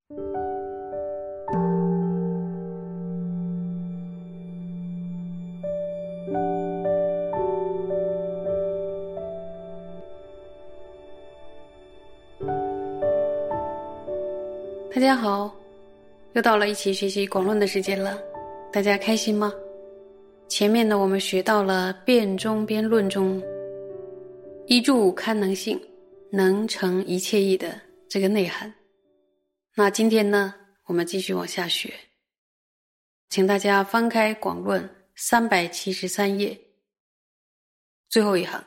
大家好，又到了一起学习广论的时间了，大家开心吗？前面呢，我们学到了辩中边论中一助堪能性，能成一切义的这个内涵。那今天呢，我们继续往下学，请大家翻开广论373页最后一行，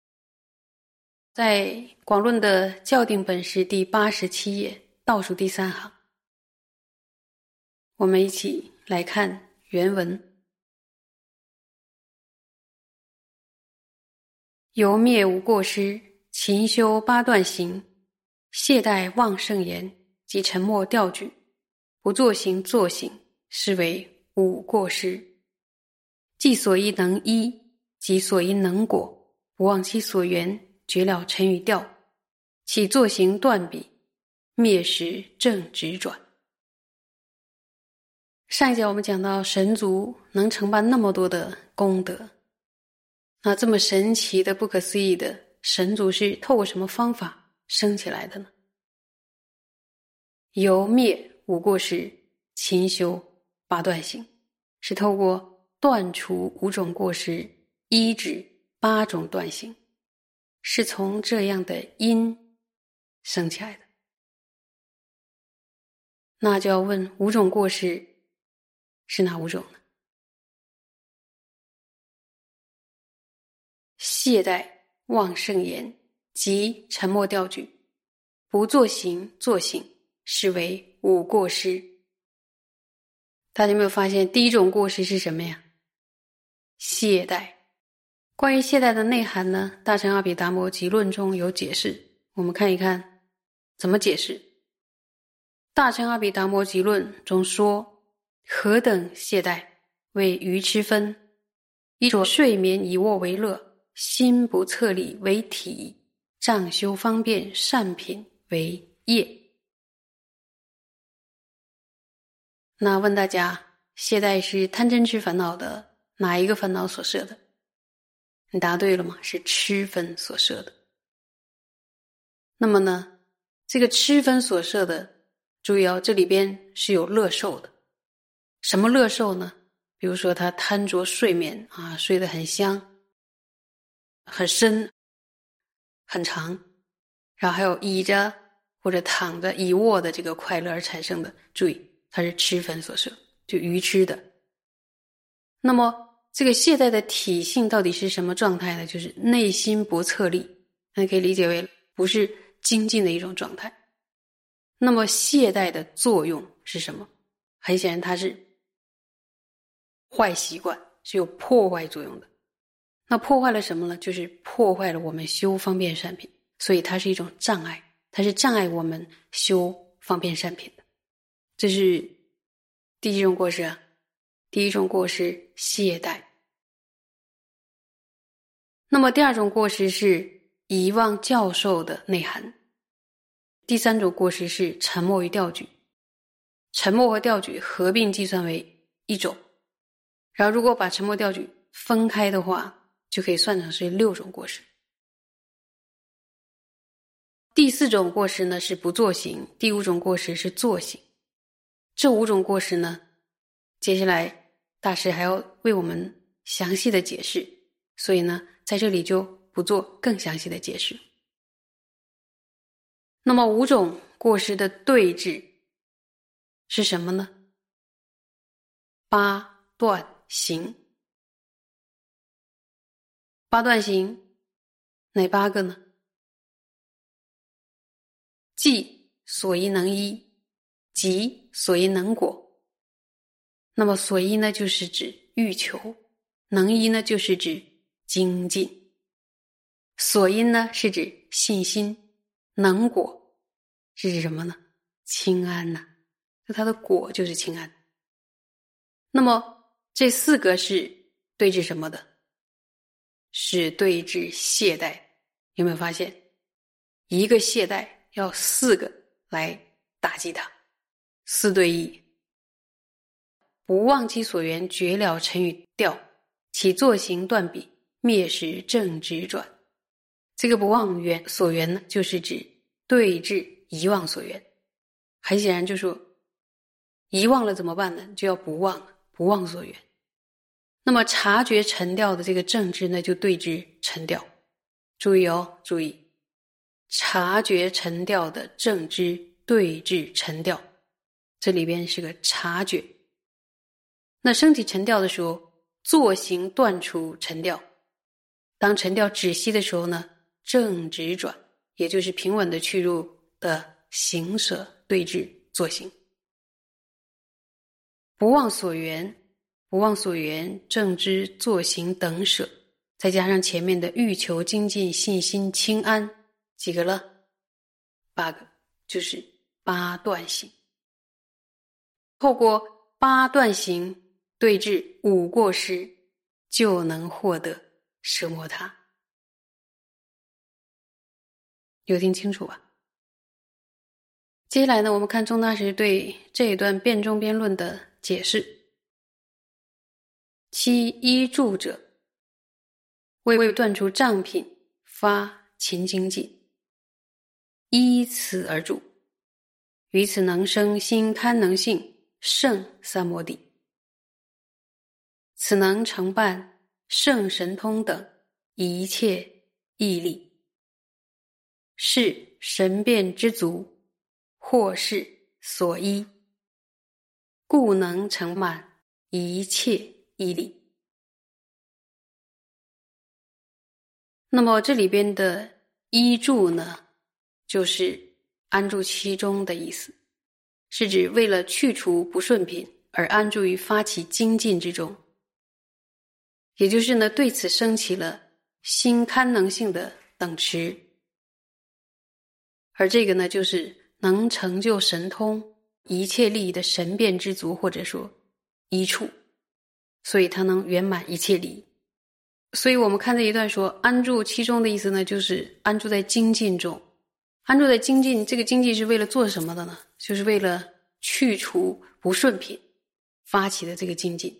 在广论的校订本是第87页倒数第3行，我们一起来看原文。由灭无过失，勤修八段行，懈怠忘圣言及沉默调举，不作行作行，是为无过失。即所依能依，即所依能果，不忘其所缘，绝了尘与调，其作行断彼，灭时正直转。上一节我们讲到神足能承办那么多的功德，那这么神奇的不可思议的神足是透过什么方法升起来的呢？由灭无过失，勤修八段行，是透过断除5种过失，依止8种断行，是从这样的因升起来的。那就要问5种过失是哪5种呢？懈怠忘圣言及沉默调举，不作行作行，是为无过失。大家有没有发现第一种过失是什么呀？懈怠。关于懈怠的内涵呢，大乘阿毗达摩集论中有解释，我们看一看怎么解释。大乘阿毗达摩集论中说，何等懈怠，为愚痴分，以着睡眠以卧为乐，心不测理为体，障修方便善品为业。那问大家，懈怠是贪嗔痴烦恼的哪一个烦恼所摄的？你答对了吗？是痴分所摄的。那么呢，这个痴分所摄的，注意哦，这里边是有乐受的。什么乐受呢？比如说他贪着睡眠啊，睡得很香、很深、很长，然后还有倚着或者躺着倚卧的这个快乐而产生的，注意它是痴分所摄，就愚痴的。那么这个懈怠的体性到底是什么状态呢？就是内心不测力，那可以理解为不是精进的一种状态。那么懈怠的作用是什么？很显然它是坏习惯，是有破坏作用的。那破坏了什么呢？就是破坏了我们修方便善品，所以它是一种障碍，它是障碍我们修方便善品的。这是第一种过失啊。第一种过失懈怠。那么第二种过失是遗忘教授的内涵。第三种过失是沉默与调举。沉默和调举合并计算为一种，然后如果把沉默调举分开的话，就可以算成是6种过失。第4种过失呢是不作行，第5种过失是作行。这5种过失呢，接下来大师还要为我们详细的解释，所以呢在这里就不做更详细的解释。那么5种过失的对治是什么呢？八段行。八段行哪8个呢？即所依能依，即所依能果。那么所依呢，就是指欲求；能依呢，就是指精进；所因呢，是指信心；能果是指什么呢？清安呐，就它的果就是清安。那么这4个是对治什么的？是对治懈怠。有没有发现，一个懈怠要4个来打击它？ 四对义。不忘其所缘，绝了尘与调，其作行断笔，灭时正直转。这个不忘所缘呢，就是指对治遗忘所缘。很显然就说遗忘了怎么办呢？就要不忘，不忘所缘。那么察觉沉调的这个正知呢，就对治沉调。注意哦，注意，察觉沉调的正知对治沉调，这里边是个察觉。那身体沉调的时候，作行断除沉调。当沉调止息的时候呢，正直转，也就是平稳的去入的行舍对治作行。不忘所缘，不忘所缘，正知作行等舍，再加上前面的欲求精进、信心清安，几个了？8个，就是8段行。透过8段行对治5过失，就能获得奢摩他。有听清楚吧？接下来呢，我们看宗大师对这一段辩中辩论的解释。其依著者，为断除障品，发勤精进，依此而著，于此能生心堪能性，胜三摩地。此能承办圣神通等一切义力，是神变之足，或是所依，故能承满一切义力。那么这里边的依住呢，就是安住其中的意思，是指为了去除不顺品而安住于发起精进之中，也就是呢对此升起了心堪能性的等持，而这个呢就是能成就神通一切利益的神变之足，或者说依处，所以它能圆满一切利益。所以我们看这一段说安住其中的意思呢，就是安住在精进中。安住在精进，这个精进是为了做什么的呢？就是为了去除不顺品发起的这个精进。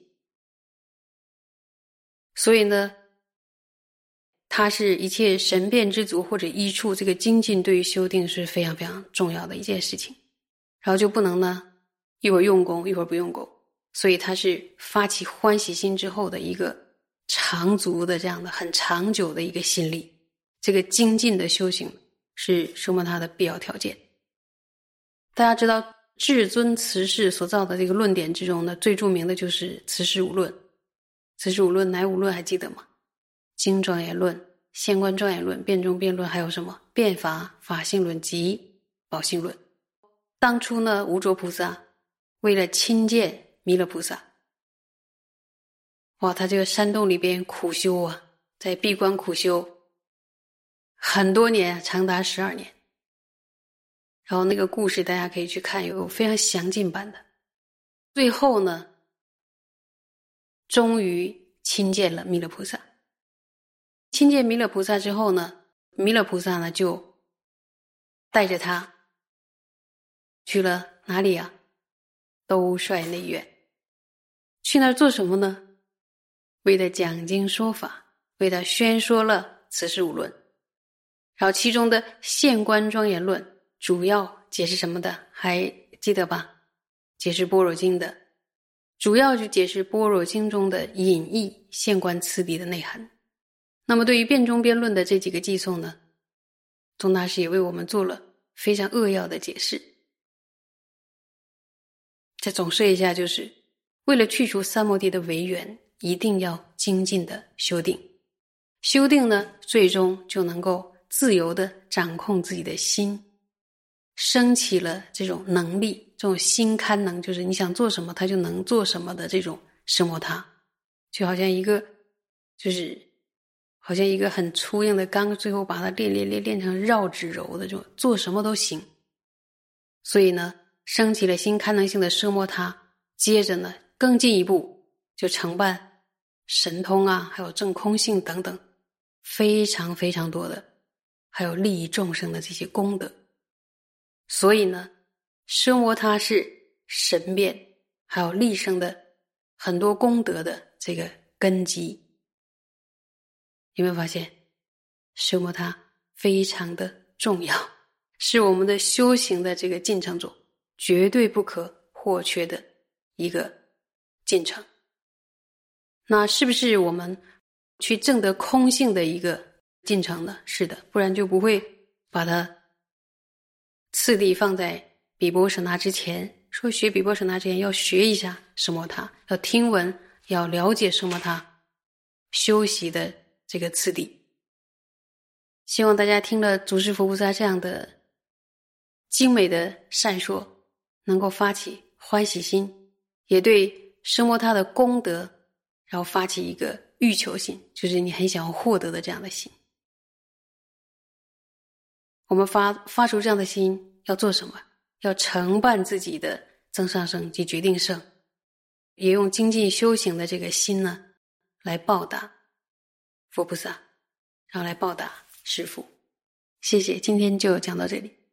所以呢，它是一切神变之足或者依处，这个精进对于修订是非常非常重要的一件事情。然后就不能呢一会儿用功一会儿不用功，所以它是发起欢喜心之后的一个长足的这样的很长久的一个心力。这个精进的修行是奢摩他的必要条件。大家知道至尊慈氏所造的这个论点之中呢，最著名的就是慈氏五论。慈氏五论哪五论还记得吗？经庄严论、现观庄严论、辩中辩论，还有什么辩法、法性论及宝性论。当初呢，无着菩萨为了亲见弥勒菩萨，哇，他这个山洞里边苦修啊，在闭关苦修很多年，长达12年。然后那个故事大家可以去看，有非常详尽版的。最后呢，终于亲见了弥勒菩萨。亲见弥勒菩萨之后呢，弥勒菩萨呢就带着他去了哪里啊？兜率内院。去那儿做什么呢？为他讲经说法，为他宣说了慈氏五论。然后其中的现观庄严论主要解释什么的？还记得吧？解释般若经的，主要就解释般若经中的隐义现观次第的内涵。那么对于辩中辩论的这几个偈颂呢，宗大师也为我们做了非常扼要的解释。再总结一下，就是为了去除三摩地的违缘，一定要精进的修定。修定呢，最终就能够自由的掌控自己的心，升起了这种能力，这种心堪能，就是你想做什么他就能做什么的这种奢摩他。就好像一个很粗硬的钢，最后把它练成绕指柔的这种，做什么都行。所以呢，升起了心堪能性的奢摩他，接着呢更进一步就承办神通啊，还有证空性等等非常非常多的，还有利益众生的这些功德。所以呢，奢摩他是神变还有立生的很多功德的这个根基。有没有发现奢摩他非常的重要，是我们的修行的这个进程中绝对不可或缺的一个进程。那是不是我们去证得空性的一个进程呢？是的，不然就不会把它次第放在比波舍那之前，说学比波舍那之前要学一下奢摩他，要听闻，要了解奢摩他修习的这个次第。希望大家听了祖师佛菩萨这样的精美的善说，能够发起欢喜心，也对奢摩他的功德然后发起一个欲求心，就是你很想要获得的这样的心。我们发出这样的心要做什么？要承办自己的增上生及决定胜，也用精进修行的这个心呢来报答佛菩萨，然后来报答师父。谢谢，今天就讲到这里。